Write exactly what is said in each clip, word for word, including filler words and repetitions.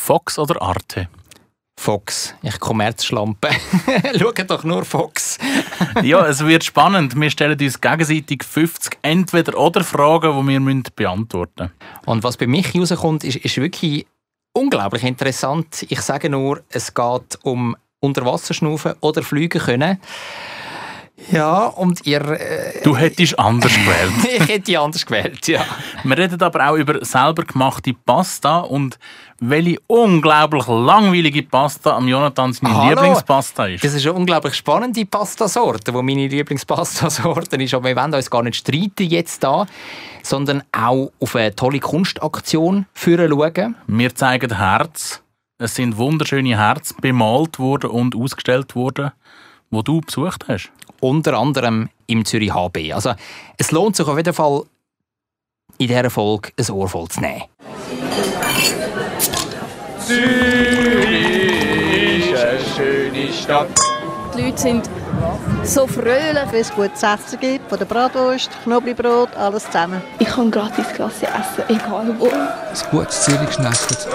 Fox oder Arte? Fox. Ich Kommerzschlampe. Schau doch nur Fox. Ja, es wird spannend. Wir stellen uns gegenseitig fünfzig Entweder-oder-Fragen, die wir beantworten müssen. Und was bei mich rauskommt, ist, ist wirklich unglaublich interessant. Ich sage nur, es geht um Unterwasserschnaufen oder fliegen können. Ja, und ihr... Äh, du hättest anders gewählt. Ich hätte anders gewählt, ja. Wir reden aber auch über selber gemachte Pasta und welche unglaublich langweilige Pasta am Jonathan seine Hallo. Lieblingspasta ist. Das ist eine unglaublich spannende Pastasorte, die meine Lieblingspastasorte ist. Aber wir wollen uns gar nicht streiten jetzt da, sondern auch auf eine tolle Kunstaktion führen schauen. Wir zeigen Herz. Es sind wunderschöne Herzen bemalt worden und ausgestellt worden, die du besucht hast. Unter anderem im Zürich H B. Also, es lohnt sich auf jeden Fall, in dieser Folge ein Ohr voll zu nehmen. Zürich ist eine schöne Stadt. Die Leute sind so fröhlich, wenn es gutes Essen gibt, von der Bratwurst, Knoblauchbrot, alles zusammen. Ich kann gratis Klasse essen, egal wo. Ein gutes Zürich-Schnetzlitz.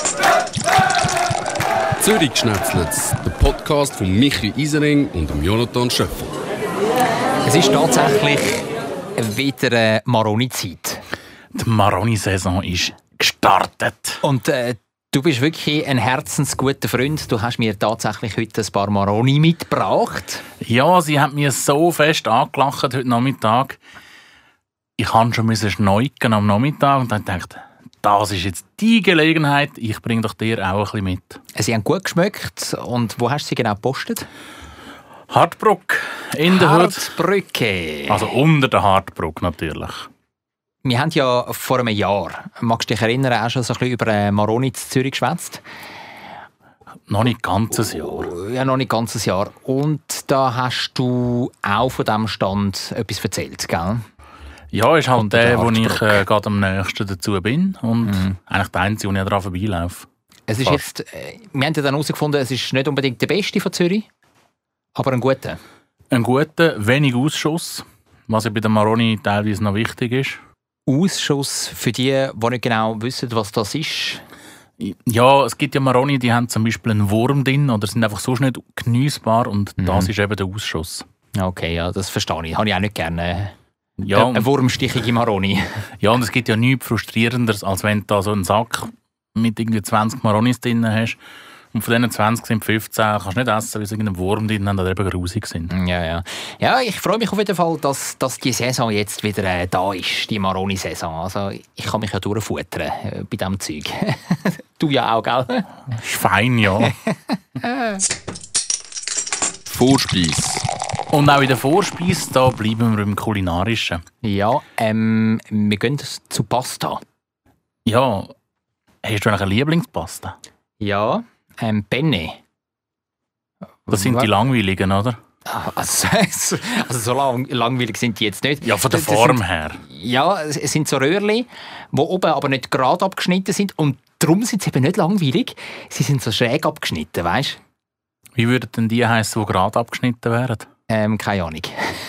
Zürich-Schnetzlitz, der Podcast von Michi Isering und Jonathan Schöffel. Es ist tatsächlich wieder Maroni-Zeit. Die Maroni-Saison ist gestartet. Und äh, du bist wirklich ein herzensguter Freund. Du hast mir tatsächlich heute ein paar Maroni mitgebracht. Ja, sie hat mir so fest angelacht heute Nachmittag. Ich musste schon schneuken am Nachmittag und dann dachte, das ist jetzt die Gelegenheit, ich bringe doch dir auch ein bisschen mit. Sie haben gut geschmeckt. Und wo hast du sie genau gepostet? Hartbruck in der Hut. Hartbrücke. Also unter der Hartbruck natürlich. Wir haben ja vor einem Jahr, magst du dich erinnern, auch schon so ein bisschen über Maroni in Zürich geschwätzt? Noch nicht ganz ein Jahr. Ja, noch nicht ganz ein Jahr. Und da hast du auch von diesem Stand etwas erzählt, gell? Ja, ist halt Unter der, der wo ich Hartbruck. äh, gerade am nächsten dazu bin. Und Mhm. eigentlich der Einzige, wo ich daran vorbeilaufe. Es ist jetzt, äh, wir haben ja dann herausgefunden, es ist nicht unbedingt der beste von Zürich, aber ein guter. Ein guter, wenig Ausschuss, was ja bei der Maroni teilweise noch wichtig ist. Ausschuss für die, die nicht genau wissen, was das ist. Ja, es gibt ja Maroni, die haben zum Beispiel einen Wurm drin oder sind einfach so nicht geniessbar und Mhm. das ist eben der Ausschuss. Okay, ja, das verstehe ich. Habe ich auch nicht gerne. Ja, Eine und, wurmstichige Maroni. ja, und es gibt ja nichts Frustrierenderes, als wenn du da so einen Sack mit irgendwie zwanzig Maronis drin hast und von diesen zwanzig sind fünfzehn, kannst du nicht essen, weil sie irgendeinen Wurm drin haben oder eben grusig sind. Ja, ja. Ja, ich freue mich auf jeden Fall, dass, dass die Saison jetzt wieder äh, da ist, die Maroni-Saison. Also ich kann mich ja durchfuttern äh, bei diesem Zeug. Du ja auch, gell? Ist fein, ja. Vorspeise. Und auch in der Vorspeise, da bleiben wir im Kulinarischen. Ja, ähm, wir gehen zu Pasta. Ja, hast du eigentlich eine Lieblingspasta? Ja, ähm, Penne. Das sind die langweiligen, oder? Ah, Also, also so lang, langweilig sind die jetzt nicht. Ja, von der Das- das Form sind, her. Ja, es es sind so Röhrchen, die oben aber nicht gerade abgeschnitten sind. Und darum sind sie eben nicht langweilig. Sie sind so schräg abgeschnitten, weißt du? Wie würden denn die heissen, die gerade abgeschnitten wären? Ähm, keine Ahnung.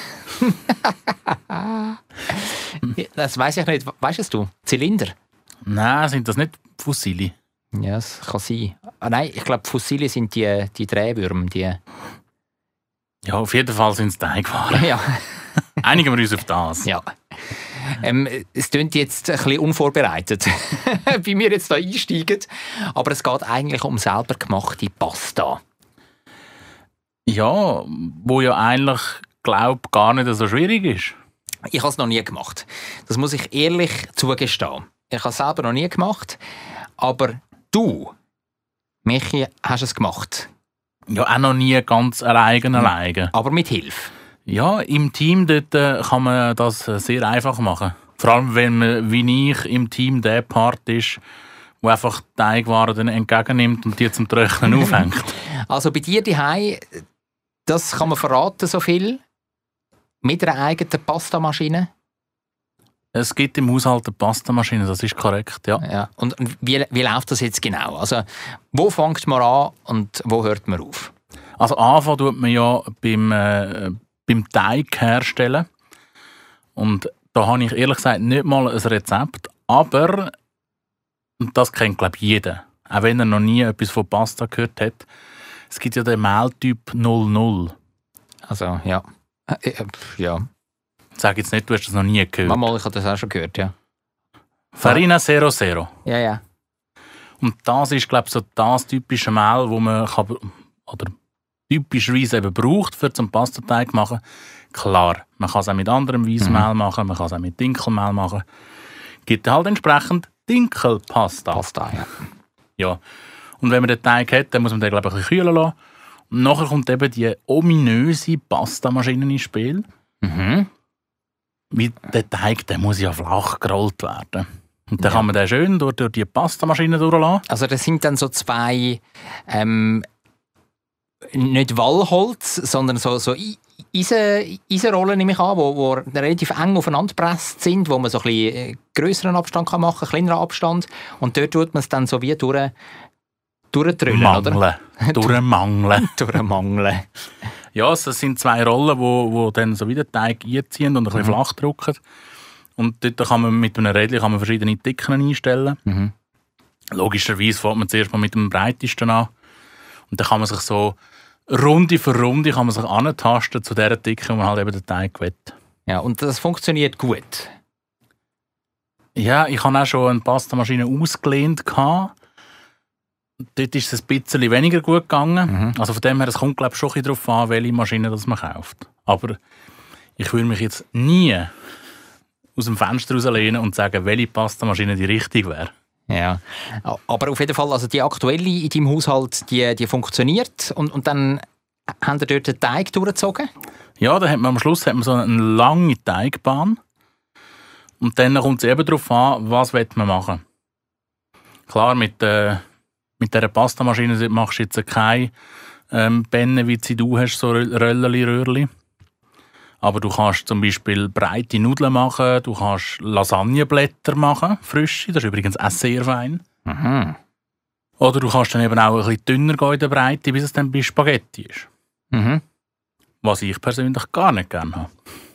Das weiss ich nicht. Weißt es du? Zylinder? Nein, sind das nicht Fusilli? Ja, das kann sein. Ah, nein, ich glaube, Fossile sind die, die Drehwürmer. Die... Ja, auf jeden Fall sind es Teigwaren. Ja. Einigen wir uns auf das. ja. Ähm, es klingt jetzt ein bisschen unvorbereitet, wie wir jetzt da einsteigen. Aber es geht eigentlich um selber gemachte Pasta. Ja, wo ja eigentlich, glaube ich, gar nicht so schwierig ist. Ich habe es noch nie gemacht. Das muss ich ehrlich zugestehen. Ich habe es selber noch nie gemacht. Aber du, Michi, hast es gemacht. Ja, auch noch nie ganz alleine alleine. Aber mit Hilfe. Ja, im Team dort äh, kann man das äh, sehr einfach machen. Vor allem, wenn man, wie ich, im Team der Part ist, der einfach die Teigwaren dann entgegennimmt und die zum Trocknen aufhängt. Also bei dir daheim, das kann man verraten, so viel, mit einer eigenen Pastamaschine. Es gibt im Haushalt eine Pastamaschine, das ist korrekt, ja. Ja. Und wie, wie läuft das jetzt genau? Also, wo fängt man an und wo hört man auf? Also anfangen tut man ja beim, äh, beim Teig herstellen. Und da habe ich ehrlich gesagt nicht mal ein Rezept, aber und das kennt, glaube ich, jeder. Auch wenn er noch nie etwas von Pasta gehört hat. Es gibt ja den Mehltyp null null. Also, ja. Äh, äh, ja. Sag jetzt nicht, du hast das noch nie gehört. Mal, ich habe das auch schon gehört, ja. Farina Zero Zero. Ja, ja. Und das ist, glaube ich, so das typische Mehl, wo man kann, oder typischerweise eben braucht, für zum Pastateig machen. Klar, man kann es auch mit anderem Weissmehl mhm. machen, man kann es auch mit Dinkelmehl machen. Gibt halt entsprechend Dinkelpasta. Pasta, ja. Ja. Und wenn man den Teig hat, dann muss man den, glaube ich, ein bisschen kühlen lassen. Und nachher kommt eben die ominöse Pastamaschine ins Spiel. Mhm. Weil der Teig, der muss ja flach gerollt werden. Und dann ja. kann man den schön durch, durch die Pastamaschine durchlassen. Also das sind dann so zwei, ähm, nicht Wallholz, sondern so, so Eisen, Eisenrollen, nehme ich an, wo, wo relativ eng aufeinander gepresst sind, wo man so ein bisschen grösseren Abstand kann machen kann, kleineren Abstand. Und dort tut man es dann so wie durch, durchdrüllen, oder? Durchmangeln. Durchmangeln. Ja, es sind zwei Rollen, die wo, wo dann so wie den Teig einziehen und ein bisschen mhm. flach drücken. Und dort kann man mit einem Rädchen kann man verschiedene Dicken einstellen. Mhm. Logischerweise fängt man zuerst mal mit dem breitesten an. Und dann kann man sich so Runde für Runde kann man sich antasten zu der Dicke, wo man halt eben den Teig will. Ja, und das funktioniert gut. Ja, ich habe auch schon eine Pastamaschine ausgelehnt. Dort ist es ein bisschen weniger gut gegangen. Mhm. Also von dem her, es kommt glaube ich schon ein bisschen darauf an, welche Maschine das man kauft. Aber ich würde mich jetzt nie aus dem Fenster rauslehnen und sagen, welche Pastamaschine die richtig wäre. Ja, aber auf jeden Fall, also die aktuelle in deinem Haushalt, die, die funktioniert und, und dann haben wir dort den Teig durchgezogen? Ja, dann hat man am Schluss hat man so eine lange Teigbahn und dann kommt es eben darauf an, was man machen will. Klar, mit, äh, mit dieser Pastamaschine machst du jetzt keine ähm, Bännen, wie sie du hast, so Röllchen, Röhrli. Aber du kannst zum Beispiel breite Nudeln machen, du kannst Lasagneblätter machen, frische, das ist übrigens auch sehr fein. Mhm. Oder du kannst dann eben auch ein bisschen dünner gehen in der Breite, bis es dann bei Spaghetti ist. Mhm. Was ich persönlich gar nicht gerne habe.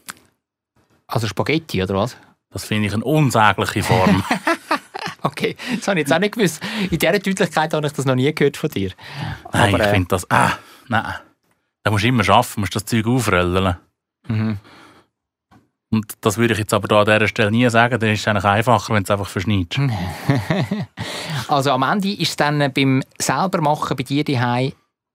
Also Spaghetti, oder was? Das finde ich eine unsägliche Form. Okay, das habe ich jetzt auch nicht gewusst. In dieser Deutlichkeit habe ich das noch nie gehört von dir. Nein, Aber, ich finde das... Ah, nein. Da musst du immer arbeiten, musst das Zeug aufrollen. Mhm. Und das würde ich jetzt aber da an dieser Stelle nie sagen, dann ist es eigentlich einfacher, wenn du es einfach verschneidest. Also am Ende ist es dann beim Selbermachen bei dir daheim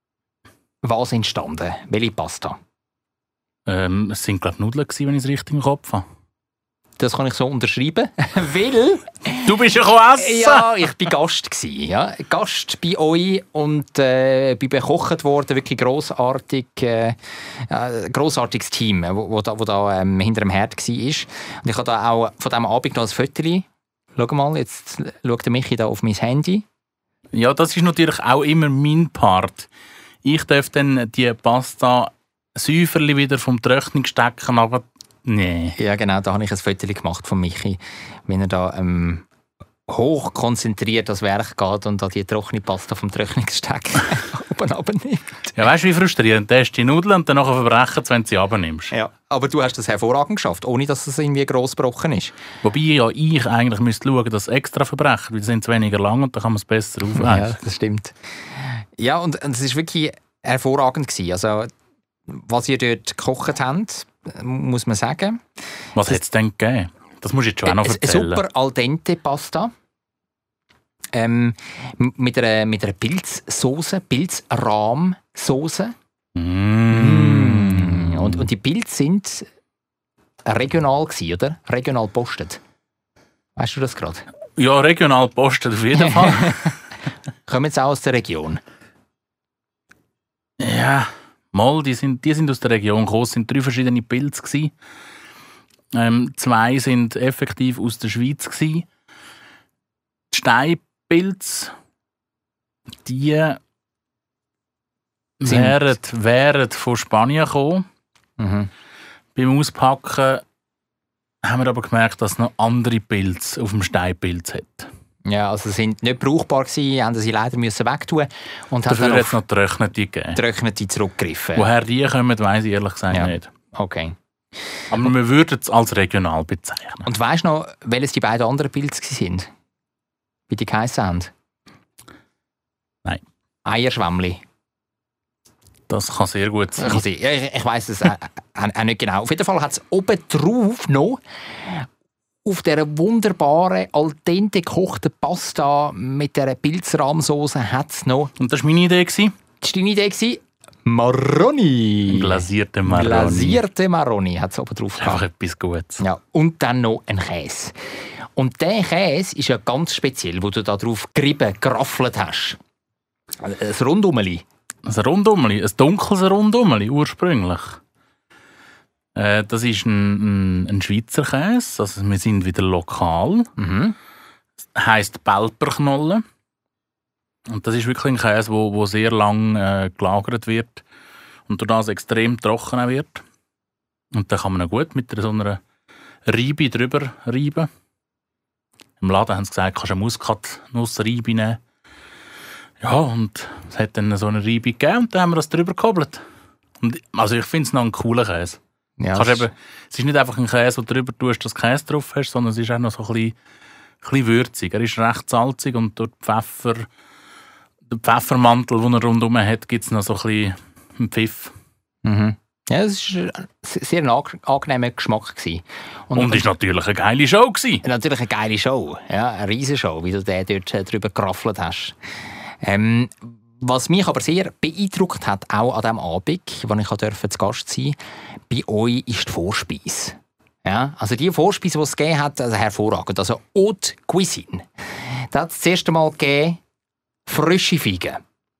was entstanden? Welche Pasta? Ähm, es sind glaube ich Nudeln gewesen, wenn ich es richtig im Kopf habe. Das kann ich so unterschreiben, weil... Du bist ja gekommen essen! Ja, ich war Gast gewesen, ja. Gast bei euch und äh, bin bekocht worden, wirklich grossartig, äh, äh, grossartiges Team, wo, wo da, wo da ähm, hinter dem Herd war. Und ich habe da auch von diesem Abend noch ein Foto. Schau mal, jetzt schaut der Michi da auf mein Handy. Ja, das ist natürlich auch immer mein Part. Ich darf dann die Pasta Säuferli wieder vom Trocknen stecken, aber nee. Ja, genau, da habe ich ein Foto gemacht von Michi, wenn er da ähm, hoch konzentriert ans Werk geht und da die trockene Pasta vom Trocknungssteck oben abnimmt. Ja, weißt du, wie frustrierend? Du hast die Nudeln und dann verbrechen wenn du sie abnimmst. Ja, aber du hast das hervorragend geschafft, ohne dass es irgendwie gross gebrochen ist. Wobei ja ich eigentlich müsste schauen, dass es extra verbrechen, weil sie sind weniger lang und dann kann man es besser aufessen. Ja, das stimmt. Ja, und, und es war wirklich hervorragend gewesen. Also, was ihr dort gekocht habt, muss man sagen. Was hat es denn gegeben? Das musst du jetzt schon auch noch erzählen. Eine super al dente Pasta. Ähm, mit einer, mit einer Pilzsoße, Pilzrahmsoße. Mm. Und, und die Pilze sind regional gewesen, oder? Regional gepostet. Weißt du das gerade? Ja, regional gepostet auf jeden Fall. Kommen sie auch aus der Region? Ja, mal, die sind, die sind aus der Region gekommen. Es sind drei verschiedene Pilze gewesen. Ähm, zwei sind effektiv aus der Schweiz gewesen. Die Steinpilze, die wären, wären von Spanien gekommen. Mhm. Beim Auspacken haben wir aber gemerkt, dass es noch andere Pilze auf dem Steinpilz hat. Ja, also sind nicht brauchbar gewesen, haben sie leider müssen wegtun und haben dafür dann hat es noch Getrocknete gegeben. Getrocknete zurückgegriffen. Woher die kommen, weiss ich ehrlich gesagt ja. nicht. Okay. Aber wir würden es als regional bezeichnen. Und weisst du noch, welches die beiden anderen Pilze sind? Wie die geheissen haben? Eierschwämmli. Das kann sehr gut sein. Ich, ich, ich weiss es auch, auch nicht genau. Auf jeden Fall hat es oben drauf noch auf dieser wunderbaren, al dente gekochten Pasta mit dieser Pilzrahmsoße hat es noch... Und das war meine Idee. Das war deine Idee? Maroni. Glasierte Maroni. Glasierte Maroni hat es oben drauf Einfach gehabt. etwas Gutes. Ja, und dann noch ein Käse. Und dieser Käse ist ja ganz speziell, wo du da drauf gerieben, geraffelt hast. Ein Rundumeli. Ein Rundumeli, ein dunkles Rundumeli, ursprünglich. Äh, das ist ein, ein, ein Schweizer Käse, also wir sind wieder lokal. Mhm. Heisst Belperknolle. Und das ist wirklich ein Käse, wo, wo sehr lang äh, gelagert wird und durch das extrem trocken wird. Und dann kann man ihn gut mit so einer Reibe drüber reiben. Im Laden haben sie gesagt, kannst du eine Muskatnussreibe nehmen. Ja, und es hat dann so eine Reibe gegeben und dann haben wir das drüber gehobelt. Und, also ich finde es noch ein cooler Käse. Ja, Kannst eben, es ist nicht einfach ein Käse, wo du drüber tust, dass du Käse drauf hast, sondern es ist auch noch so ein bisschen, ein bisschen würzig. Er ist recht salzig und durch Pfeffer, den Pfeffermantel, den er rundherum hat, gibt es noch so ein bisschen einen Pfiff. Mhm. Ja, es war ein sehr angenehmer Geschmack. Und, und es war natürlich eine geile Show. Natürlich eine geile Show, ja, eine riesige Show, wie du den dort drüber geraffelt hast. Ähm, was mich aber sehr beeindruckt hat, auch an diesem Abend, wo ich zu Gast sein durfte, bei euch ist die Vorspeise. Ja, also die Vorspeise, die es gegeben hat, also hervorragend. Also Haute Cuisine. Da hat es das erste Mal gegeben, frische Feigen.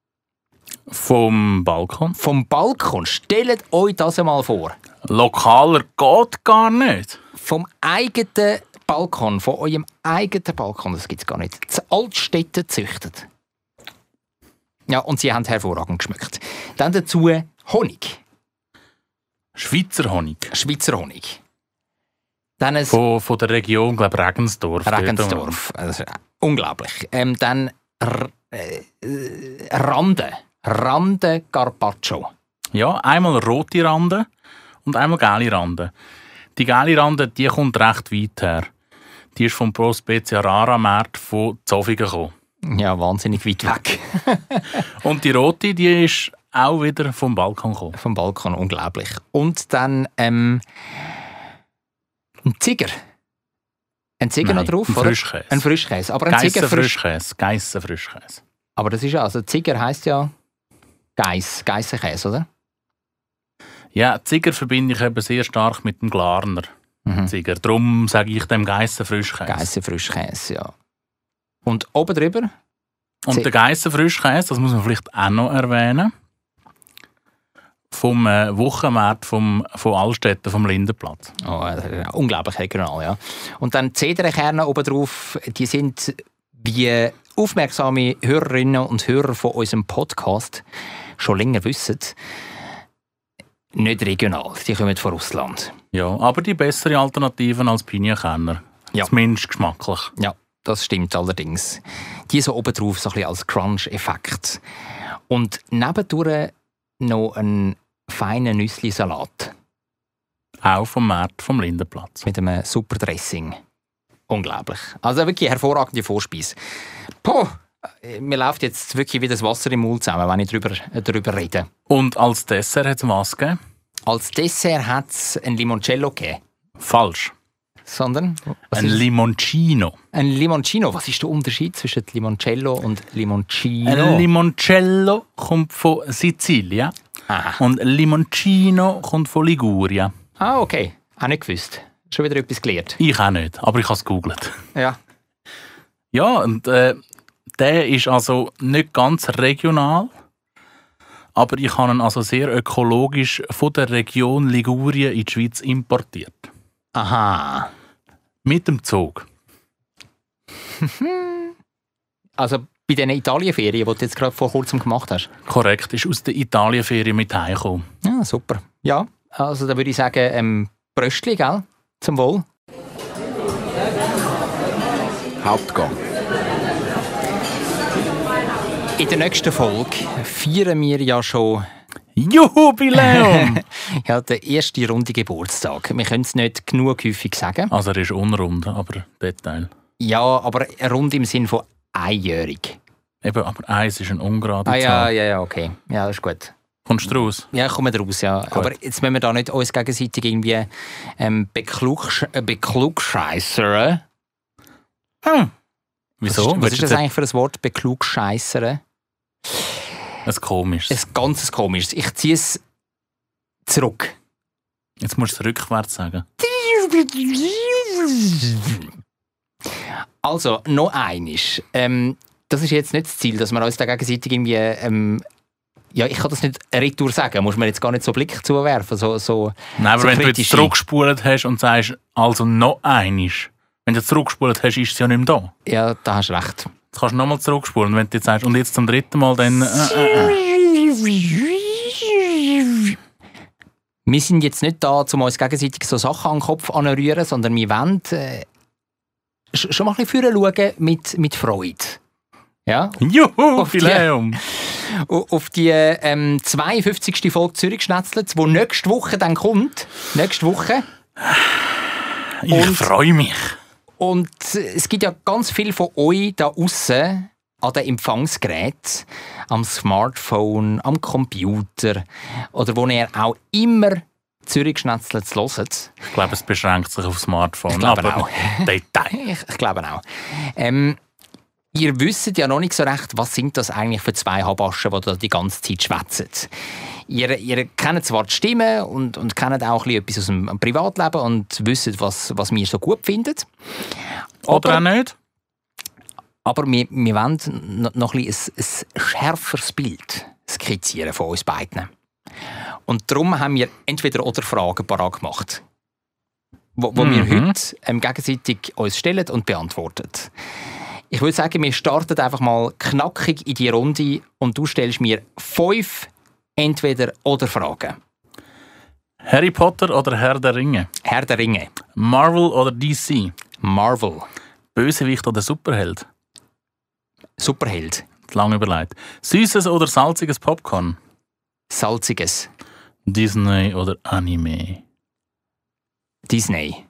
Vom Balkon? Vom Balkon. Stellt euch das einmal vor. Lokaler geht gar nicht. Vom eigenen Balkon, von eurem eigenen Balkon, das gibt es gar nicht. Das Altstädte züchtet. Ja, und sie haben hervorragend geschmeckt. Dann dazu Honig. Schweizer Honig. Schweizer Honig. Dann ein von, von der Region, glaube ich, Regensdorf. Regensdorf. Also, unglaublich. Ähm, dann R äh, Rande. Rande Carpaccio. Ja, einmal rote Rande und einmal gelbe Rande. Die gelbe Rande, die kommt recht weit her. Die ist vom Pro Spezia Rara Markt von Zofingen gekommen. Ja, wahnsinnig weit weg. Und die rote, die ist auch wieder vom Balkon gekommen. Vom Balkon, unglaublich. Und dann ähm, ein Ziger. Ein Ziger Nein, noch drauf, ein oder? Frischkäse. Ein Frischkäse. Aber ein Ziger Frischkäse. Geissen Frischkäse. Aber das ist ja, also Ziger heisst ja Geiss, Geissenkäse, oder? Ja, Ziger verbinde ich eben sehr stark mit dem Glarner. Mhm. Ziger. Darum sage ich dem Geissen Frischkäse. Geissen Frischkäse, ja. Und oben drüber? Und der Geissen Frischkäse, das muss man vielleicht auch noch erwähnen, vom äh, Wochenmarkt vom, von Altstädten, vom Lindenplatz. Oh, äh, unglaublich regional, ja. Und dann die Zedernkerne oben drauf, die sind wie aufmerksame Hörerinnen und Hörer von unserem Podcast schon länger wissen, nicht regional. Die kommen von Russland. Ja, aber die bessere Alternativen als Pinienkerne. Ja. Zumindest geschmacklich. Ja, das stimmt allerdings. Die so oben drauf, so ein bisschen als Crunch-Effekt. Und nebendurch noch ein feiner Nüssli-Salat. Auch vom Markt vom Lindenplatz. Mit einem super Dressing. Unglaublich. Also wirklich hervorragende Vorspeise. Puh, mir läuft jetzt wirklich wie das Wasser im Mund zusammen, wenn ich darüber, darüber rede. Und als Dessert hat es was gegeben? Als Dessert hat es ein Limoncello gegeben. Falsch. Sondern? Ein Limoncino. Ein Limoncino. Was ist der Unterschied zwischen Limoncello und Limoncino? Ein Limoncello kommt von Sizilien. Aha. Und Limoncino kommt von Ligurien. Ah, okay. Auch nicht gewusst. Schon wieder etwas gelernt. Ich auch nicht, aber ich habe es gegoogelt. Ja. Ja, und äh, der ist also nicht ganz regional, aber ich habe ihn also sehr ökologisch von der Region Ligurien in die Schweiz importiert. Aha. Mit dem Zug. Also bei diesen Italienferien, die du jetzt gerade vor kurzem gemacht hast? Korrekt, ist aus der Italienferien mit heimgekommen. Ja, super. Ja, also da würde ich sagen, ähm, Bröstli, gell? Zum Wohl. Hauptgang. In der nächsten Folge feiern wir ja schon Jubiläum! ja, der erste runde Geburtstag. Wir können es nicht genug häufig sagen. Also er ist unrund, aber Detail. Ja, aber rund im Sinn von einjährig. Eben, aber eins ist eine ungerade Ah ja, Zahl. ja, ja, okay. Ja, das ist gut. Kommst du raus? Ja, ich komme raus, ja. Gut. Aber jetzt müssen wir da nicht uns gegenseitig irgendwie ähm, beklugsch äh, beklugscheissern. Hm. Wieso? Was, ist- was Willst ist du das jetzt eigentlich für ein Wort? Beklugscheissern? ein komisches? Ein ganz komisches. Ich ziehe es zurück. Jetzt musst du es rückwärts sagen. Also, noch einisch. Ähm, das ist jetzt nicht das Ziel, dass wir uns da gegenseitig irgendwie... Ähm, ja, ich kann das nicht retour sagen. Muss man jetzt gar nicht so Blick zuwerfen. So, so, Nein, aber so wenn du jetzt kritisch. zurückgespult hast und sagst, also noch einisch. Wenn du zurückgespult hast, ist es ja nicht mehr da. Ja, da hast du recht. Jetzt kannst du nochmal zurückspulen. Und wenn du jetzt sagst, und jetzt zum dritten Mal, dann... Äh, äh, äh. Wir sind jetzt nicht da, um uns gegenseitig so Sachen an den Kopf anzurühren, sondern wir wollen äh, sch- schon mal ein bisschen schauen mit, mit Freude. Ja? Juhu, Auf die- Jubiläum! O- Auf die ähm, zweiundfünfzigste Folge Zürich Schnetzlitz, die nächste Woche dann kommt. Nächste Woche. Ich Und- freue mich. Und äh, es gibt ja ganz viele von euch da außen an den Empfangsgeräten, am Smartphone, am Computer oder wo ihr auch immer Zürich Schnetzlitz hört. Ich glaube, es beschränkt sich auf Smartphone. Ich glaube aber auch. Detail. Ich, ich glaube auch. Ähm, ihr wisst ja noch nicht so recht, was sind das eigentlich für zwei Habaschen, die da die ganze Zeit schwätzen. Ihr, ihr kennt zwar die Stimme und, und kennt auch ein bisschen etwas aus dem Privatleben und wisst, was, was wir so gut finden. Oder auch Aber, nicht? aber wir, wir wollen noch, noch ein, bisschen ein, ein schärferes Bild skizzieren von uns beiden. Und darum haben wir entweder oder Fragen parat gemacht, wo, wo Mhm. wir heute ähm, gegenseitig uns stellen und beantworten. Ich würde sagen, wir starten einfach mal knackig in die Runde und du stellst mir fünf entweder oder Fragen. Harry Potter oder Herr der Ringe? Herr der Ringe, Marvel oder D C? Marvel, Bösewicht oder Superheld? Superheld, Lang überlegt. Süßes oder salziges Popcorn? Salziges, Disney oder Anime? Disney.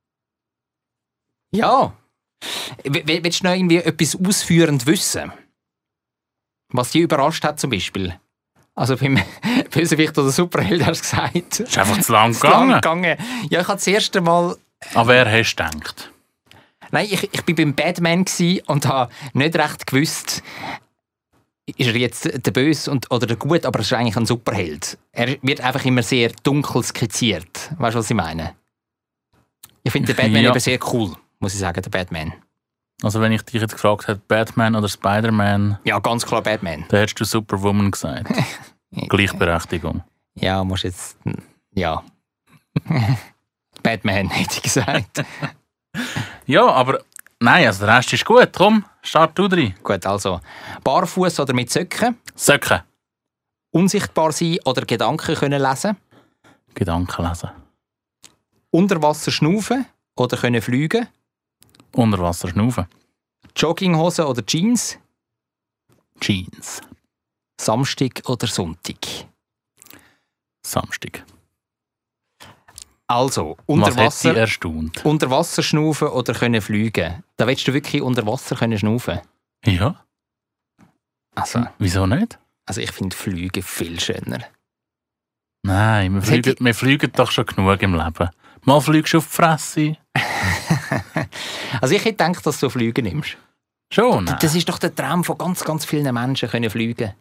Ja. W- w- Willst du noch irgendwie etwas ausführend wissen? Was dich überrascht hat zum Beispiel? Also beim Bösewicht oder Superheld hast du gesagt. Ist einfach zu lang Zu lang gegangen. gegangen. Ja, ich habe das erste Mal... An wer hast du gedacht? Nein, ich, ich bin beim Batman gsi und habe nicht recht gewusst, ist er jetzt der Böse und, oder der Gut, aber er ist eigentlich ein Superheld. Er wird einfach immer sehr dunkel skizziert. Weißt du, was ich meine? Ich finde den Batman Ja. eben sehr cool, muss ich sagen, der Batman. Also wenn ich dich jetzt gefragt hätte, Batman oder Spider-Man, Ja, ganz klar Batman. dann hättest du Superwoman gesagt. Gleichberechtigung. Ja, musst jetzt... Ja. Batman, hätte ich gesagt. Ja, aber nein, also der Rest ist gut. Komm, start du rein. Gut, also barfuß oder mit Socken, Söcke. unsichtbar sein oder Gedanken können lesen, Gedanken lesen. unter Wasser schnaufen oder können fliegen, Unter Wasser schnaufen. Jogginghose oder Jeans, Jeans. Samstag oder Sonntag. Samstag. Also, unter Was hat sie Wasser, erstaunt? unter Wasser schnaufen oder können fliegen. Da willst du wirklich unter Wasser können schnaufen. Ja, Also, wieso nicht? also ich finde Fliegen viel schöner. Nein, wir Das fliegen, hätte- wir fliegen doch schon genug im Leben. Mal fliegst du auf die Fresse. Also ich hätte gedacht, dass du Fliegen nimmst. Schon, nein. Das ist doch der Traum von ganz, ganz vielen Menschen, können fliegen.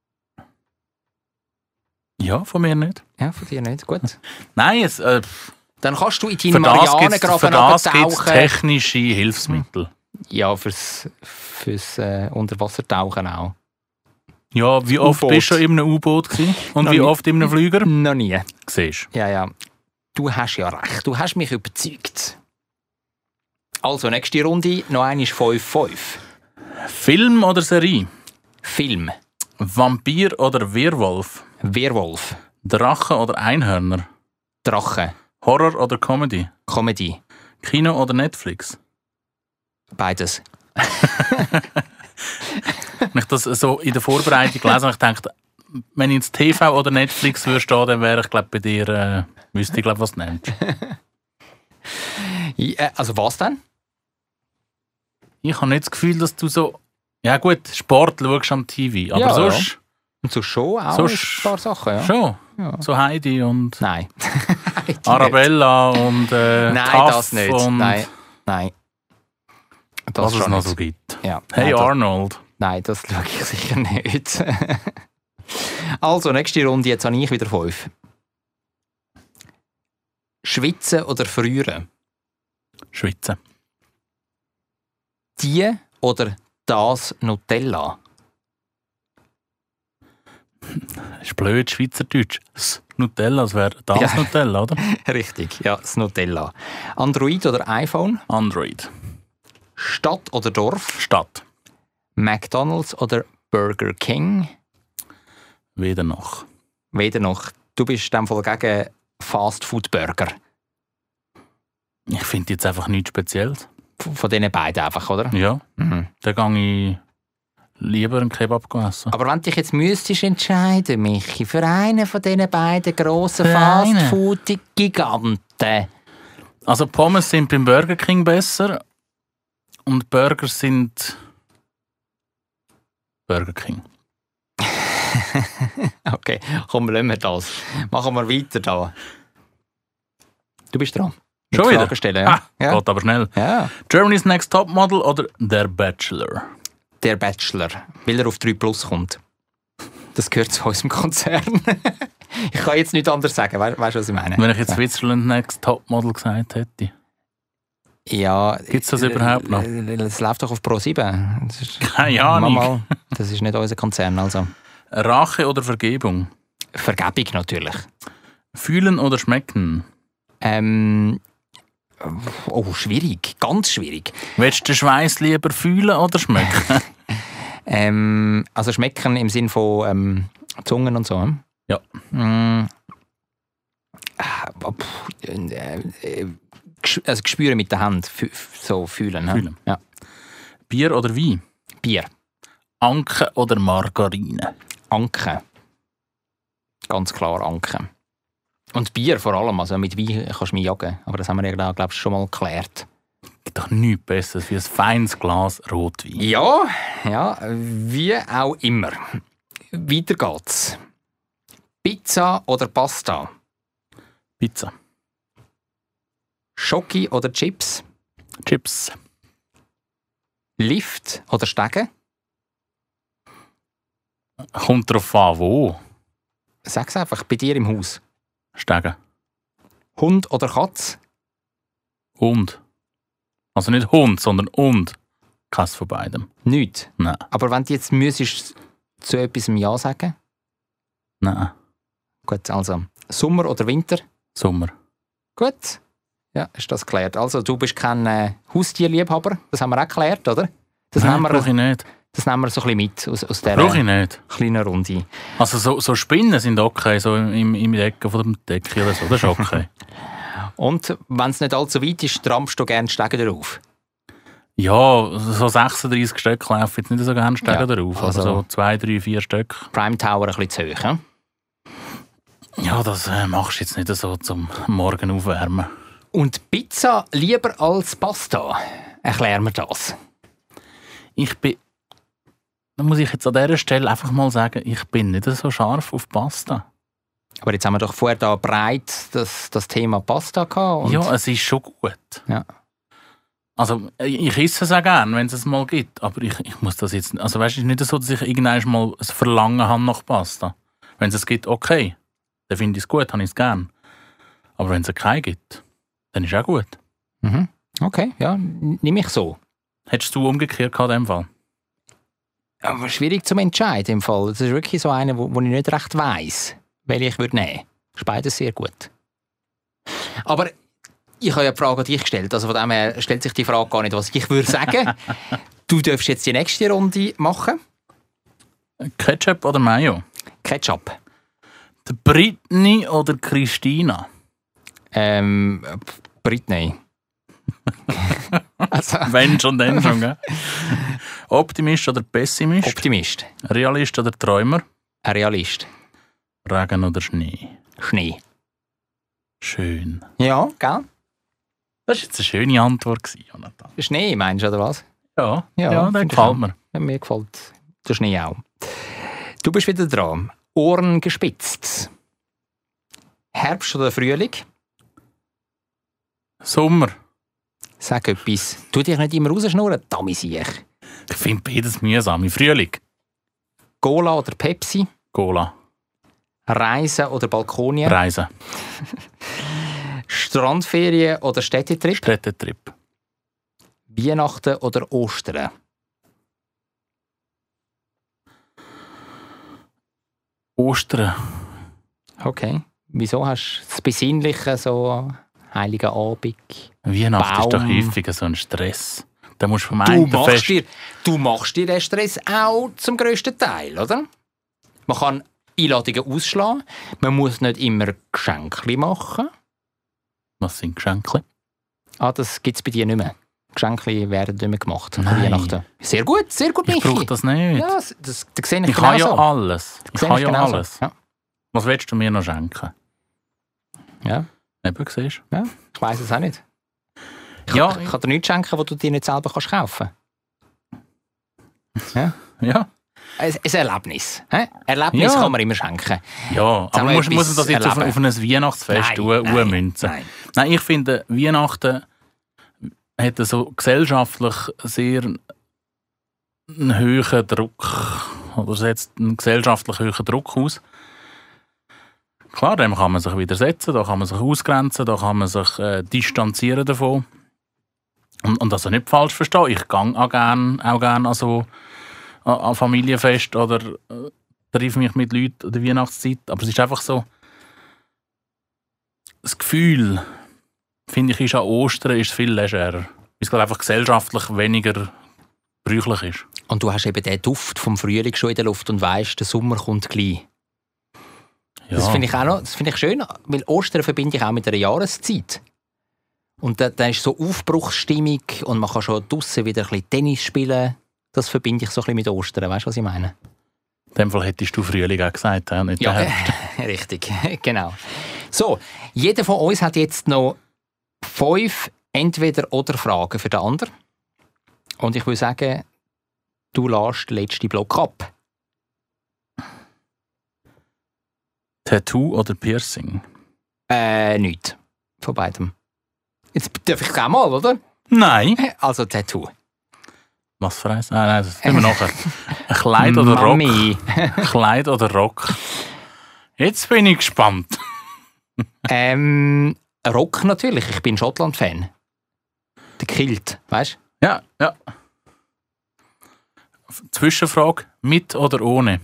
Ja, von mir nicht. Ja, von dir nicht. Gut. Nein, es, äh, Dann kannst du in für deinen das gibt es Marianengraben gibt's abtauchen. technische Hilfsmittel. Ja, fürs, fürs äh, Unterwassertauchen auch. Ja, wie oft U-Boot. bist du schon in einem U-Boot gewesen? Und Noch wie nie. oft in einem Flüger? Noch nie. Siehst Ja, ja. Du hast ja recht. Du hast mich überzeugt. Also, nächste Runde. Noch einmal fünf fünf. Film oder Serie? Film. Vampir oder Werwolf? Werwolf. Drachen oder Einhörner? Drache. Horror oder Comedy? Comedy. Kino oder Netflix? Beides. Wenn ich das so in der Vorbereitung gelesen habe, ich dachte, wenn ich ins T V oder Netflix würde stehen, dann wäre ich glaube bei dir, äh, wüsste ich glaube, was du nennst. Ja, äh, also was denn? Ich habe nicht das Gefühl, dass du so Ja gut, Sport schaust du am T V, aber Ja, sonst... ja. Und so schon auch Sonst- ein paar Sachen, ja. Schon. Ja. So Heidi und Nein. Arabella und äh, Nein, Taff das nicht. und Nein, nein. Das was es schon noch nicht. so gibt. Ja. Hey Nein, das, Arnold. nein, das schaue ich sicher nicht. Also, nächste Runde, jetzt habe ich wieder fünf. Schwitzen oder frieren? Schwitzen. Die oder das Nutella? Das ist blöd, Schweizerdeutsch. Das Nutella, das wäre das Ja. Nutella, oder? Richtig, ja, das Nutella. Android oder iPhone? Android. Stadt oder Dorf? Stadt. McDonald's oder Burger King? Weder noch. Weder noch. Du bist in dem Fall gegen Fast-Food-Burger. Ich finde jetzt einfach nichts Spezielles. Von von diesen beiden einfach, oder? Ja, Mhm. dann gehe ich lieber einen Kebab essen. Aber wenn du dich jetzt müsstest entscheiden, Michi, für einen von diesen beiden grossen Für einen? Fast-Food-Giganten. Also Pommes sind beim Burger King besser und Burger sind Burger King. Okay, komm, lassen wir das. Machen wir weiter da. Du bist dran. Mit Schon wieder? Fragen stellen, ja? Ah, ja. Geht aber schnell. ja. Germany's Next Topmodel oder Der Bachelor? Der Bachelor, weil er auf drei Plus kommt. Das gehört zu unserem Konzern. Ich kann jetzt nichts anderes sagen, weißt du, was ich meine? Wenn ich jetzt Switzerland Next Topmodel gesagt hätte. Ja, Gibt's das überhaupt noch? Es läuft doch auf Pro sieben. Das ist, Keine Ahnung. Mama, das ist nicht unser Konzern. Also. Rache oder Vergebung? Vergebung natürlich. Fühlen oder schmecken? Ähm, oh, schwierig. Ganz schwierig. Willst du den Schweiß lieber fühlen oder schmecken? Ähm, also schmecken im Sinn von ähm, Zungen und so. Hm? Ja. Mm. Ah, pff, äh, äh, ges- also spüren mit der Hand. Fü- so fühlen. hm? Fühlen. Ja. Bier oder Wein? Bier. Anke oder Margarine? Anke. Ganz klar Anke. Und Bier vor allem. Also mit Wein kannst du mich jagen. Aber das haben wir ja, glaube ich, schon mal geklärt. Gibt doch nichts Besseres wie ein feines Glas Rotwein. Ja, ja, wie auch immer. Weiter geht's. Pizza oder Pasta? Pizza. Schoki oder Chips? Chips. Lift oder Stege? Kommt drauf an, wo. Sag's einfach, bei dir im Haus. Stegen. Hund oder Katz? Und. Also nicht Hund, sondern und. Keins von beidem. Nicht. Nein. Aber wenn du jetzt müsstest zu etwas Ja sagen? Nein. Gut, also Sommer oder Winter? Sommer. Gut. Ja, ist das geklärt. Also du bist kein äh, Haustierliebhaber, das haben wir auch geklärt, oder? Das, Nein, nehmen, brauche wir, ich nicht. das nehmen wir so ein bisschen mit aus, aus Brauche ich dieser nicht. kleinen Runde. Also so, so Spinnen sind okay, so im, im Decke von dem Decke oder so, das ist okay. Und wenn es nicht allzu weit ist, trampst du gerne Stege drauf. Ja, so sechsunddreissig Stück laufen jetzt nicht so gerne Stegen Ja, drauf, also- aber so zwei, drei, vier Stück. Prime Tower ein bisschen zu hoch. Ja? Ja, das äh, machst du jetzt nicht so zum Morgen aufwärmen. Und Pizza lieber als Pasta? Erklär mir das. Ich bin, da muss ich jetzt an dieser Stelle einfach mal sagen, ich bin nicht so scharf auf Pasta. Aber jetzt haben wir doch vorher da breit das, das Thema Pasta gehabt. Und Ja, es ist schon gut. Ja. Also, ich esse es auch gerne, wenn es es mal gibt. Aber ich, ich muss das jetzt... Also, weißt du, es ist nicht so, dass ich irgendwann mal ein Verlangen habe nach Pasta. Wenn es es gibt, okay. Dann finde ich es gut, habe ich es gerne. Aber wenn es keinen gibt, dann ist es auch gut. Mhm. Okay, ja, nehme ich so. Hättest du umgekehrt gehabt in dem Fall? Aber schwierig zum Entscheiden im Fall. Das ist wirklich so einer, wo, wo ich nicht recht weiss, welche ich würde nehmen. Das ist beides sehr gut. Aber ich habe ja die Frage an dich gestellt. Also von dem her stellt sich die Frage gar nicht, was ich würde sagen. Du darfst jetzt die nächste Runde machen. Ketchup oder Mayo? Ketchup. Der Britney oder Christina? Ähm, Britney. also, Wenn schon, dann schon, gell? Optimist oder Pessimist? Optimist. Realist oder Träumer? Ein Realist. Regen oder Schnee? Schnee. Schön. Ja, gell? Das war jetzt eine schöne Antwort, Jonathan. Schnee meinst du, oder was? Ja, Ja, ja, der finde ich gefällt auch. mir. Mir gefällt der Schnee auch. Du bist wieder dran. Ohren gespitzt. Herbst oder Frühling? Sommer. Sag etwas. Tu dich nicht immer rausschnurren, Dami siech. Ich finde beides mühsam. Im Frühling. Cola oder Pepsi? Cola. Reisen oder Balkonien? Reisen. Strandferien oder Städtetrip? Städtetrip. Weihnachten oder Ostern? Ostern. Okay. Wieso hast du das Besinnliche, so Heiligen Abend? Weihnachten ist doch Baum. häufiger so ein Stress. Da musst du vom Du einen machst, Fest... dir, du machst dir den Stress auch zum grössten Teil, oder? Man kann Einladungen ausschlagen, man muss nicht immer Geschenke machen. Was sind Geschenke? Ah, das gibt es bei dir nicht mehr. Geschenke werden nicht mehr gemacht an Nein. Weihnachten. Sehr gut, sehr gut, Ich Michi. brauche das nicht. Ja, das, das, das sehe ich, ich habe ja genauso. alles. Ich Das sehe habe ja genauso. alles. Ja. Was willst du mir noch schenken? Ja. Eben, siehst du? Ja, ich weiss es auch nicht. Ich, Ja, kann, ich kann dir nichts schenken, was du dir nicht selber kannst kaufen kannst. Ja. Ja. Ein, ein Erlebnis. Hä? Erlebnis Ja. kann man immer schenken. Ja, aber wir muss, muss man das jetzt auf, erleben. auf ein Weihnachtsfest Nein, u- nein, ummünzen? nein. Nein, ich finde, Weihnachten hat so gesellschaftlich sehr einen hohen Druck, oder setzt einen gesellschaftlich hohen Druck aus. Klar, dem kann man sich widersetzen, da kann man sich ausgrenzen, da kann man sich äh, distanzieren davon. Und, und also nicht falsch verstehen, ich gehe auch gerne auch gern an so an, an Familienfest oder äh, treffe mich mit Leuten an der Weihnachtszeit, aber es ist einfach so, das Gefühl, finde ich, ist an Ostern ist viel legerer, weil es gerade einfach gesellschaftlich weniger bräuchlich ist. Und du hast eben den Duft vom Frühling schon in der Luft und weisst, der Sommer kommt gleich. Ja. Das finde ich auch noch, das finde ich schön, weil Ostern verbinde ich auch mit einer Jahreszeit. Und da, da ist so Aufbruchsstimmung und man kann schon draussen wieder ein bisschen Tennis spielen. Das verbinde ich so ein bisschen mit Ostern, weißt du, was ich meine? In dem Fall hättest du Frühling auch gesagt, ja, nicht Ja, der Herbst. richtig, genau. So, jeder von uns hat jetzt noch fünf Entweder-oder-Fragen für den anderen. Und ich würde sagen, du lässt den letzten Block ab. Tattoo oder Piercing? Äh, nichts. Von beidem. Jetzt darf ich es auch mal, oder? Nein. Also Tattoo. Was für eins? Ah, nein, das tun wir nachher. Ein Kleid oder Rock? Mami. Kleid oder Rock? Jetzt bin ich gespannt. ähm, Rock natürlich. Ich bin Schottland-Fan. Der Kilt, weißt du? Ja, ja. Zwischenfrage, mit oder ohne?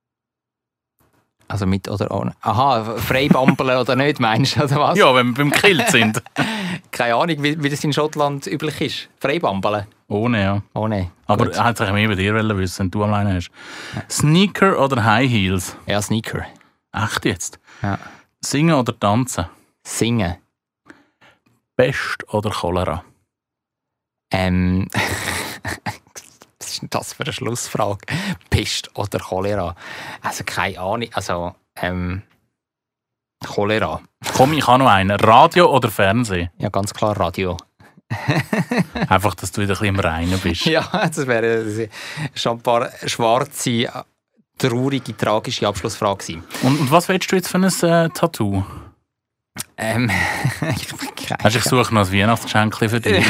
Also mit oder ohne. Aha, Freibambeln oder nicht, meinst du, oder was? Ja, wenn wir beim Kilt sind. Keine Ahnung, wie, wie das in Schottland üblich ist. Freibambeln. Ohne, ja. Ohne. Aber Gut. ich hätte es mehr bei dir wollen wissen, wenn du alleine hast. Sneaker oder High Heels? Ja, Sneaker. Echt jetzt? Ja. Singen oder tanzen? Singen. Pest oder Cholera? Ähm... Was ist denn das für eine Schlussfrage? Pest oder Cholera? Also keine Ahnung. Also, ähm... Cholera. Komm, ich habe noch einen. Radio oder Fernsehen? Ja, ganz klar Radio. Einfach, dass du wieder ein bisschen im Reinen bist. Ja, das wäre schon ein paar schwarze, traurige, tragische Abschlussfrage gewesen. Und, und was willst du jetzt für ein äh, Tattoo? Ähm... ich Hast du, ich suche noch ein Weihnachtsgeschenk für dich.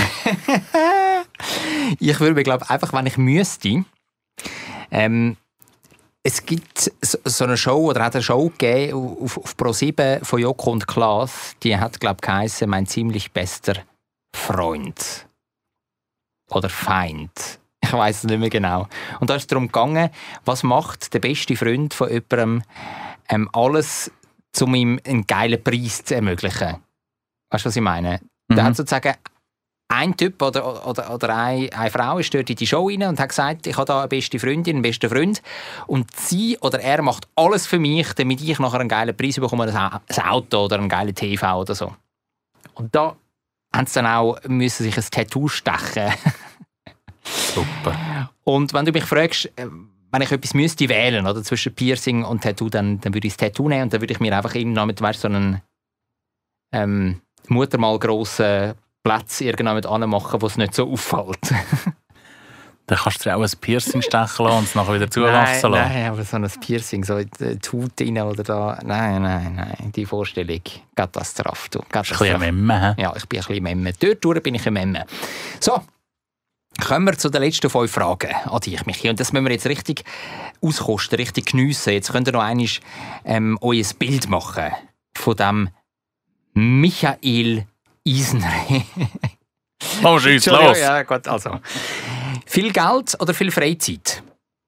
Ich würde mir, glaube einfach, wenn ich müsste, ähm, es gibt so, so eine Show, oder hat eine Show gegeben auf, auf Pro sieben von Joko und Klaas, die hat, glaube ich, geheissen, mein ziemlich bester Freund. Oder Feind. Ich weiss es nicht mehr genau. Und da ist es darum gegangen, was macht der beste Freund von jemandem ähm, alles, um ihm einen geilen Preis zu ermöglichen. Weißt du, was ich meine? Mhm. Der hat sozusagen ein Typ oder, oder, oder eine, eine Frau ist dort in die Show rein und hat gesagt, ich habe da eine beste Freundin, einen besten Freund. Und sie oder er macht alles für mich, damit ich nachher einen geilen Preis bekomme, ein Auto oder einen geilen T V oder so. Und da haben sie dann auch müssen sich ein Tattoo stechen. Super. Und wenn du mich fragst, äh, wenn ich etwas müsste wählen oder zwischen Piercing und Tattoo, dann, dann würde ich das Tattoo nehmen und dann würde ich mir einfach irgendwann mit weißt, so einen ähm, muttermal grossen Platz irgendwann machen, wo es nicht so auffällt. Dann kannst du dir auch ein Piercing stechen lassen und es nachher wieder zuwachsen lassen. Nein, aber so ein Piercing, so in die Haut rein oder da. Nein, nein, nein. Die Vorstellung, Katastrophe. Du. Das ist ein bisschen ein Memme. Ja, ich bin ein bisschen Memme. Dort bin ich ein Memme. So, kommen wir zu den letzten fünf Fragen an dich, Michi. Und das müssen wir jetzt richtig auskosten, richtig geniessen. Jetzt könnt ihr noch einmal ähm, euer Bild machen von dem Michael Isenreh. Oh, schieß los! Ja, gut, also. Viel Geld oder viel Freizeit?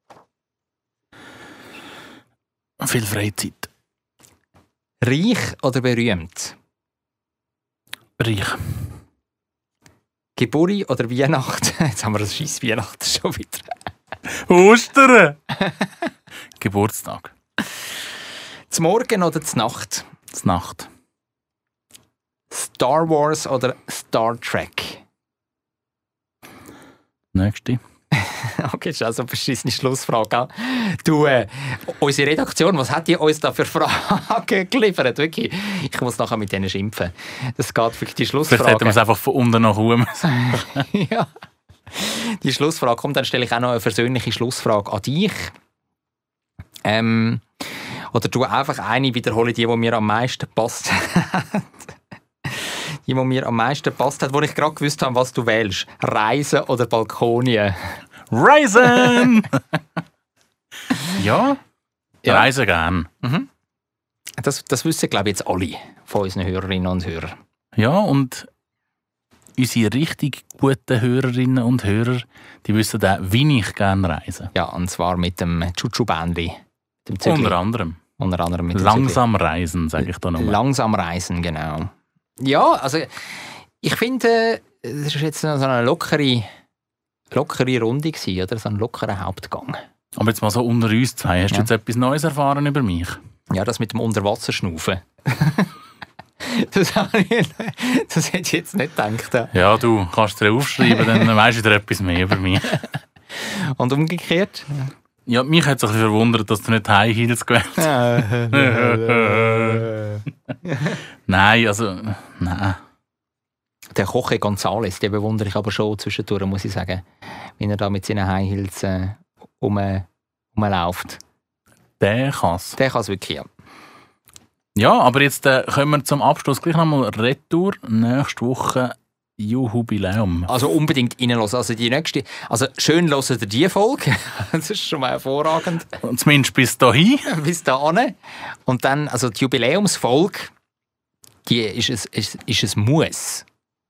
Viel Freizeit. Reich oder berühmt? Reich. Geburt oder Weihnacht? Jetzt haben wir das scheiß Weihnachten schon wieder. Ostern! Geburtstag. Zum Morgen oder zur Nacht? Zur Nacht. Star Wars oder Star Trek? Nächste. Okay, das ist also eine beschissene Schlussfrage. Gell? Du, äh, unsere Redaktion, was hat die uns da für Fragen geliefert? Wirklich, ich muss nachher mit denen schimpfen. Das geht wirklich die Schlussfrage. Vielleicht hätten wir es einfach von unten nach oben. Ja. Die Schlussfrage kommt, dann stelle ich auch noch eine persönliche Schlussfrage an dich. Ähm, oder du einfach eine wiederholen, die, die mir am meisten passt hat. Die, die mir am meisten passt hat, wo ich gerade gewusst habe, was du wählst. Reisen oder Balkonien? Reisen! ja, Ja. reisen gern. Mhm. Das, das wissen, glaube ich, jetzt alle von unseren Hörerinnen und Hörern. Ja, und unsere richtig guten Hörerinnen und Hörer, die wissen auch, wie ich gerne reise. Ja, und zwar mit dem Chuchu-Bändli. Dem Zügli. Unter anderem. Unter anderem mit dem Langsam reisen, sage ich da Zügli. nochmal. Langsam reisen, genau. Ja, also ich finde, es war jetzt so eine lockere, lockere Runde gewesen, oder? So ein lockerer Hauptgang. Aber jetzt mal so unter uns zwei, hast Ja. du jetzt etwas Neues erfahren über mich? Ja, das mit dem Unterwasserschnaufen. das, habe ich, das hätte ich jetzt nicht gedacht. Ja, du kannst dir aufschreiben, dann weisst du wieder etwas mehr über mich. Und umgekehrt? Ja, mich hat es ein bisschen verwundert, dass du nicht High Heels gewählt hast. Nein, also, nein. Der Jorge González, den bewundere ich aber schon zwischendurch, muss ich sagen. Wenn er da mit seinen High Heels äh, um, rumläuft. Der kann's. Der kann es wirklich, ja. Ja, aber jetzt äh, kommen wir zum Abschluss gleich nochmal Retour. Nächste Woche Jubiläum. Also unbedingt reinhören. Also die nächste, also schön hören ihr die Folge. Das ist schon mal hervorragend. Und zumindest bis dahin. Bis dahin. Und dann, also die Jubiläumsfolge, die ist es, ist, ist es Muss.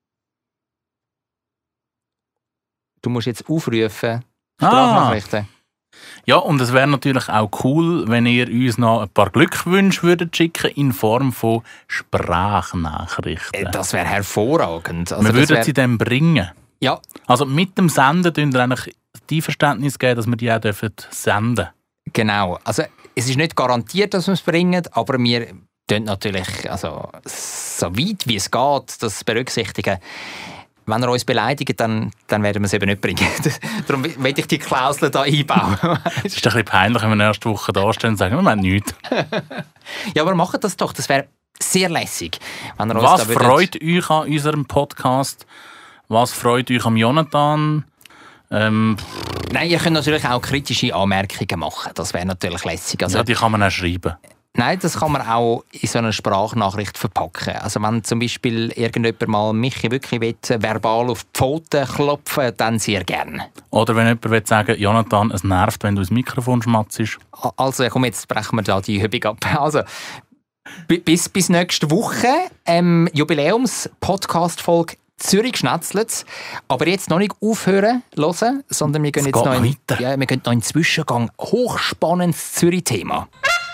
Du musst jetzt aufrufen, Sprachnachrichten. Ja, und es wäre natürlich auch cool, wenn ihr uns noch ein paar Glückwünsche würdet schicken in Form von Sprachnachrichten. Das wäre hervorragend. Also wir das würden wär, sie dann bringen. Ja, Also mit dem Senden tun wir eigentlich die Verständnis geben, dass wir die auch dürfen senden. genau. Also es ist nicht garantiert, dass wir es bringen, aber wir tun natürlich, also so weit wie es geht, das berücksichtigen. Wenn er uns beleidigt, dann, dann werden wir es eben nicht bringen. Darum will ich die Klausel da einbauen. Es ist ein bisschen peinlich, wenn wir nächste Woche da stehen und sagen, wir haben nichts. Ja, aber macht das doch. Das wäre sehr lässig. Wenn er uns Was da freut euch an unserem Podcast? Was freut euch am Jonathan? Ähm, Nein, ihr könnt natürlich auch kritische Anmerkungen machen. Das wäre natürlich lässig. Also, ja, die kann man auch schreiben. Nein, das kann man auch in so einer Sprachnachricht verpacken. Also wenn zum Beispiel irgendjemand mal mich wirklich will, verbal auf die Pfoten klopfen, dann sehr gerne. Oder wenn jemand will sagen, Jonathan, es nervt, wenn du ins Mikrofon schmatzt. Also komm, jetzt brechen wir da die Übung ab. Also, bis, bis nächste Woche. Ähm, Jubiläums-Podcast-Folge Zürich schnetzelt. Aber jetzt noch nicht aufhören hören, sondern wir gehen Es jetzt geht noch in, weiter. ja, wir gehen noch in den Zwischengang. Hochspannendes Zürich-Thema.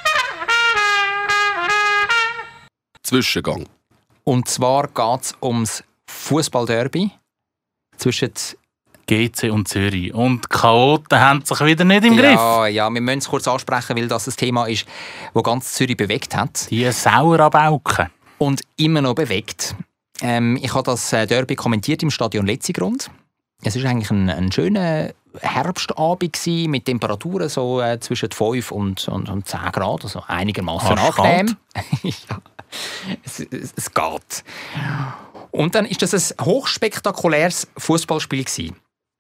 Zwischengang. Und zwar geht es ums Fußball-Derby zwischen G C und Zürich. Und die Chaoten haben sich wieder nicht im Griff. Ja, ja, wir müssen es kurz ansprechen, weil das ein Thema ist, das ganz Zürich bewegt hat. Die Sauerabauken. Und immer noch bewegt. Ähm, ich habe das Derby kommentiert im Stadion Letzigrund. Es war eigentlich ein, ein schöner Herbstabend gewesen, mit Temperaturen so äh, zwischen fünf und, und, und zehn Grad, also einigermaßen Arschkalt. angenehm. Ja, es, es, es geht. Und dann ist das ein hochspektakuläres Fußballspiel gewesen.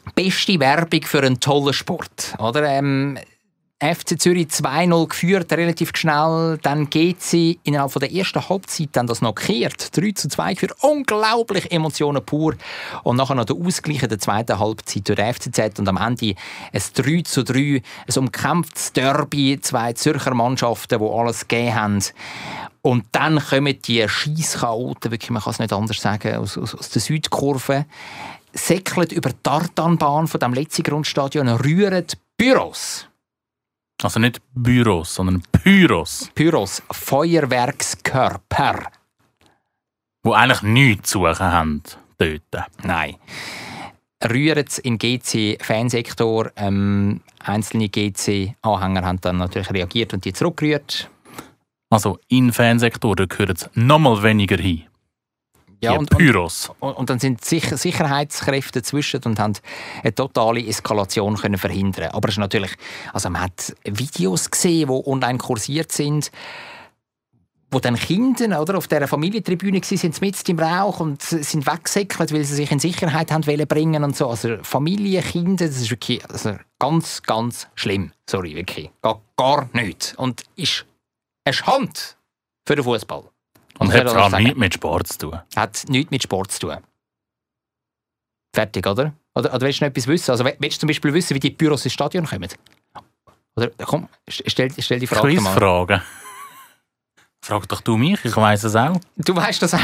beste Werbung für einen tollen Sport. Oder? Ähm, F C Zürich zwei null geführt, relativ schnell. Dann geht sie innerhalb von der ersten Halbzeit dann das noch gekehrt. drei zu zwei geführt. Unglaublich Emotionen pur. Und nachher noch der Ausgleich in der zweiten Halbzeit durch den F C Z. Und am Ende ein drei zu drei. Ein umkämpftes Derby. Zwei Zürcher Mannschaften, die alles gegeben haben. Und dann kommen die Scheisschaoten, wirklich, man kann es nicht anders sagen, aus, aus, aus der Südkurve, säckeln über die Tartanbahn von dem letzten Grundstadion, rühren Büros. Also nicht Büros, sondern Pyros. Pyros, Feuerwerkskörper. Die eigentlich nichts zu suchen haben dort. Nein. Rühren in G C-Fansektor. Ähm, einzelne G C-Anhänger haben dann natürlich reagiert und die zurückgerührt. Also in Fansektor gehören es nochmal weniger hin. Ja, die und, Pyros. Und, und dann sind Sicher- Sicherheitskräfte dazwischen und haben eine totale Eskalation können verhindern. Aber es ist natürlich, also man hat Videos gesehen, die online kursiert sind, wo dann Kinder oder, auf dieser Familientribüne waren, mitten im Rauch und sind weggesäckelt, weil sie sich in Sicherheit haben wollen bringen und so. Also Familie, Kinder, das ist wirklich also ganz, ganz schlimm. Sorry, wirklich. Gar, gar nichts. Und ist eine Schande für den Fußball. Und hat vor allem nichts mit Sport zu tun. Hat nichts mit Sport zu tun. Fertig, oder? Oder, oder willst du noch etwas wissen? Also, willst du zum Beispiel wissen, wie die Büros ins Stadion kommen? Oder komm, stell, stell die Frage mal. Quizfrage. Frag doch du mich, ich weiss es auch. Du weißt das auch.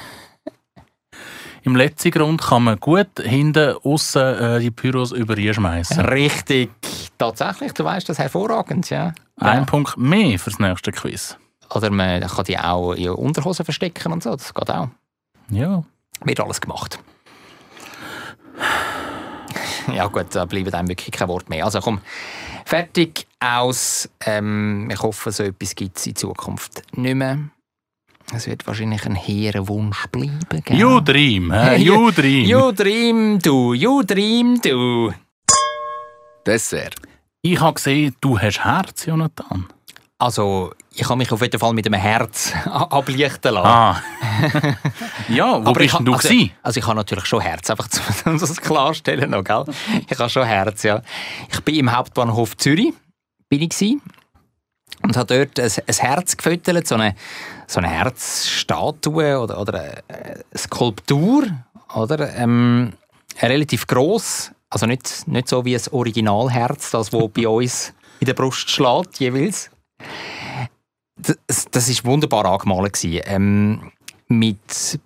Im letzten Grund kann man gut hinten aussen äh, die Pyros über ihr schmeißen. Richtig. Tatsächlich, du weißt das hervorragend, ja. Ein ja. Punkt mehr fürs nächste Quiz. Oder man kann die auch in Unterhosen verstecken und so, das geht auch. Ja. Wird alles gemacht. Ja gut, da bleibt einem wirklich kein Wort mehr. Also komm, fertig, aus. Ähm, ich hoffe, so etwas gibt es in Zukunft nicht mehr. Es wird wahrscheinlich ein hehrer Wunsch bleiben. Gell? You dream, äh, you dream. You dream, du, you dream, du. Dessert. Ich habe gesehen, du hast Herz, Jonathan. Also, ich habe mich auf jeden Fall mit einem Herz ablichten lassen. Ah. Ja, wo Aber bist ich, du also, gewesen? also ich habe natürlich schon Herz, einfach um das klarstellen noch, gell? Ich habe schon Herz, ja. Ich bin im Hauptbahnhof Zürich, bin ich gewesen, und habe dort ein, ein Herz gefüttert, so eine, so eine Herzstatue oder, oder eine Skulptur, oder? Ähm, relativ gross, also nicht, nicht so wie ein Originalherz, das wo bei uns in der Brust schlägt, jeweils. Das, das war wunderbar angemalt. Ähm, mit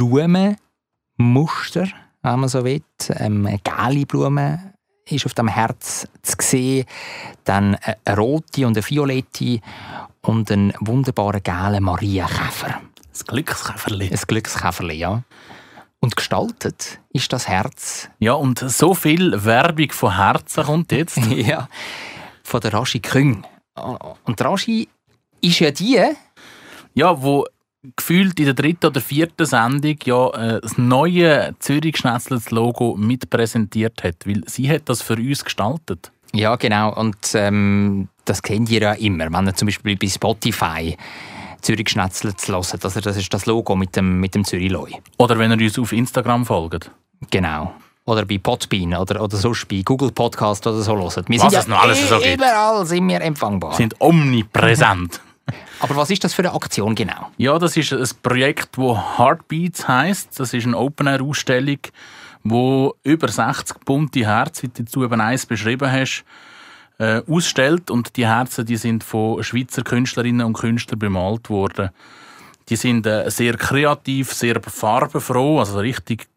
Blumenmuster, wenn man so will. Ähm, eine gelbe Blume ist auf dem Herz zu sehen. Dann eine rote und eine violette und einen wunderbaren gelben Marienkäfer. Das Glückskäferli. Ein Glückskäferli, ja. Und gestaltet ist das Herz. Ja, und so viel Werbung von Herzen kommt jetzt. Ja, von der Raschi Küng. Und Raschi ist ja die... Ja, wo gefühlt in der dritten oder vierten Sendung ja äh, das neue Zürich-Schnetzlers Logo mit präsentiert hat. Weil sie hat das für uns gestaltet. Ja, genau. Und ähm, das kennt ihr ja immer. Wenn ihr zum Beispiel bei Spotify Zürich-Schnetzler zu hören, also das ist das Logo mit dem, mit dem Zürich-Loi. Oder wenn ihr uns auf Instagram folgt. Genau. Oder bei Podbean oder, oder sonst bei Google Podcast oder so hören. Wir Was sind es noch alles ja so gibt. Überall sind wir empfangbar. Sind omnipräsent. Aber was ist das für eine Aktion genau? Ja, das ist ein Projekt, das Heartbeats heisst. Das ist eine Open-Air-Ausstellung, wo über sechzig bunte Herzen, wie du eben eins beschrieben hast, äh, ausstellt. Und die Herzen, die sind von Schweizer Künstlerinnen und Künstlern bemalt worden. Die sind äh, sehr kreativ, sehr farbenfroh, also richtig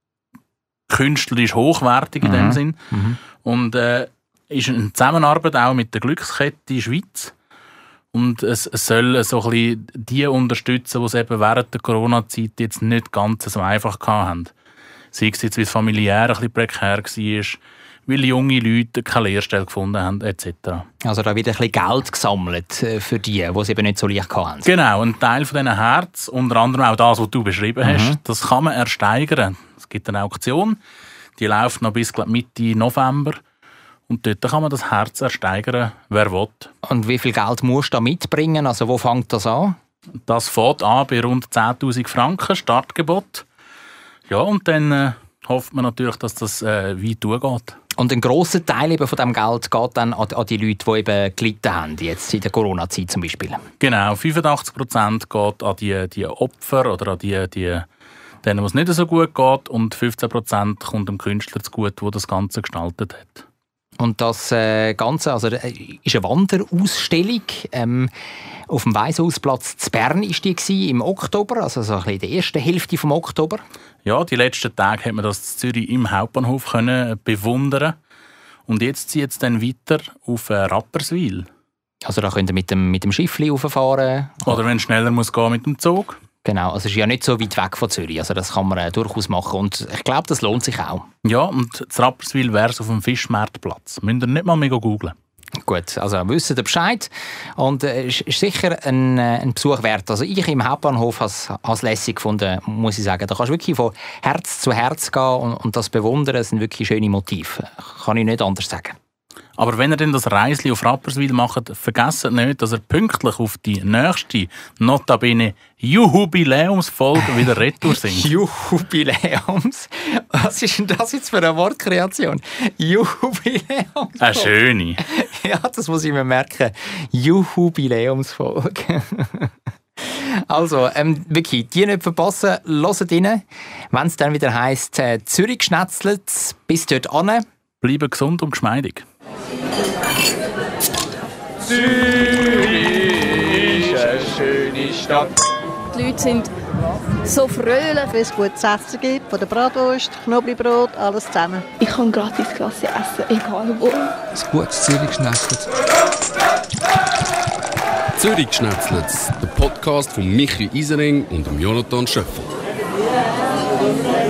künstlerisch hochwertig in mhm. dem Sinn. Mhm. Und äh, ist eine Zusammenarbeit auch mit der Glückskette Schweiz. Und es soll so ein bisschen die unterstützen, die es eben während der Corona-Zeit jetzt nicht ganz so einfach hatten. Sei es jetzt, wie es familiär ein bisschen prekär war, weil junge Leute keine Lehrstelle gefunden haben, et cetera. Also da wird ein bisschen Geld gesammelt für die, die es eben nicht so leicht hatten. Genau, ein Teil von diesen Herz, unter anderem auch das, was du beschrieben hast, mhm. das kann man ersteigern. Es gibt eine Auktion, die läuft noch bis glaub, Mitte November. Und dort kann man das Herz ersteigern, wer will. Und wie viel Geld musst du da mitbringen? Also wo fängt das an? Das fängt an bei rund zehntausend Franken, Startgebot. Ja, und dann äh, hofft man natürlich, dass das äh, weit durchgeht. Und ein grosser Teil eben von diesem Geld geht dann an, an die Leute, die eben gelitten haben, jetzt in der Corona-Zeit zum Beispiel. Genau, fünfundachtzig Prozent geht an die, die Opfer oder an die, die denen, es nicht so gut geht, und fünfzehn Prozent kommt dem Künstler zugute, der das Ganze gestaltet hat. Und das äh, Ganze also, äh, ist eine Wanderausstellung. Ähm, auf dem Weishausplatz in Bern war die gewesen, im Oktober, also so ein bisschen in der ersten Hälfte des Oktober. Ja, die letzten Tage hat man das in Zürich im Hauptbahnhof können bewundern. Und jetzt zieht es dann weiter auf Rapperswil. Also da könnt ihr mit dem, mit dem Schiffli rauffahren. Oder wenn es schneller muss gehen, mit dem Zug. Genau, also es ist ja nicht so weit weg von Zürich, also das kann man äh, durchaus machen und ich glaube, das lohnt sich auch. Ja, und in Rapperswil wäre es auf dem Fischmarktplatz. Müsst ihr nicht mal mega googlen. Gut, also wisst ihr Bescheid und es äh, ist, ist sicher ein, äh, ein Besuch wert. Also ich im Hauptbahnhof habe es lässig gefunden, muss ich sagen. Da kannst du wirklich von Herz zu Herz gehen und, und das bewundern, das sind wirklich schöne Motive. Kann ich nicht anders sagen. Aber wenn ihr denn das Reisli auf Rapperswil macht, vergesst nicht, dass ihr pünktlich auf die nächste, notabene Jubiläumsfolge wieder retour sind. Jubiläums? Was ist denn das jetzt für eine Wortkreation? Jubiläumsfolge. Eine schöne. Ja, das muss ich mir merken. Jubiläumsfolge. Also, ähm, wirklich, die nicht verpassen, hört rein. Wenn es dann wieder heisst, äh, Zürich schnetzelt, bis dort an. Bleiben gesund und geschmeidig. Zürich ist eine schöne Stadt. Die Leute sind so fröhlich. Wenn es gutes Essen gibt, von der Bratwurst, Knoblauchbrot, alles zusammen. Ich kann gratis Klasse essen, egal wo. Ein gutes Zürich schnetzelt. Zürich schnetzelt, der Podcast von Michi Isering und Jonathan Schöffel.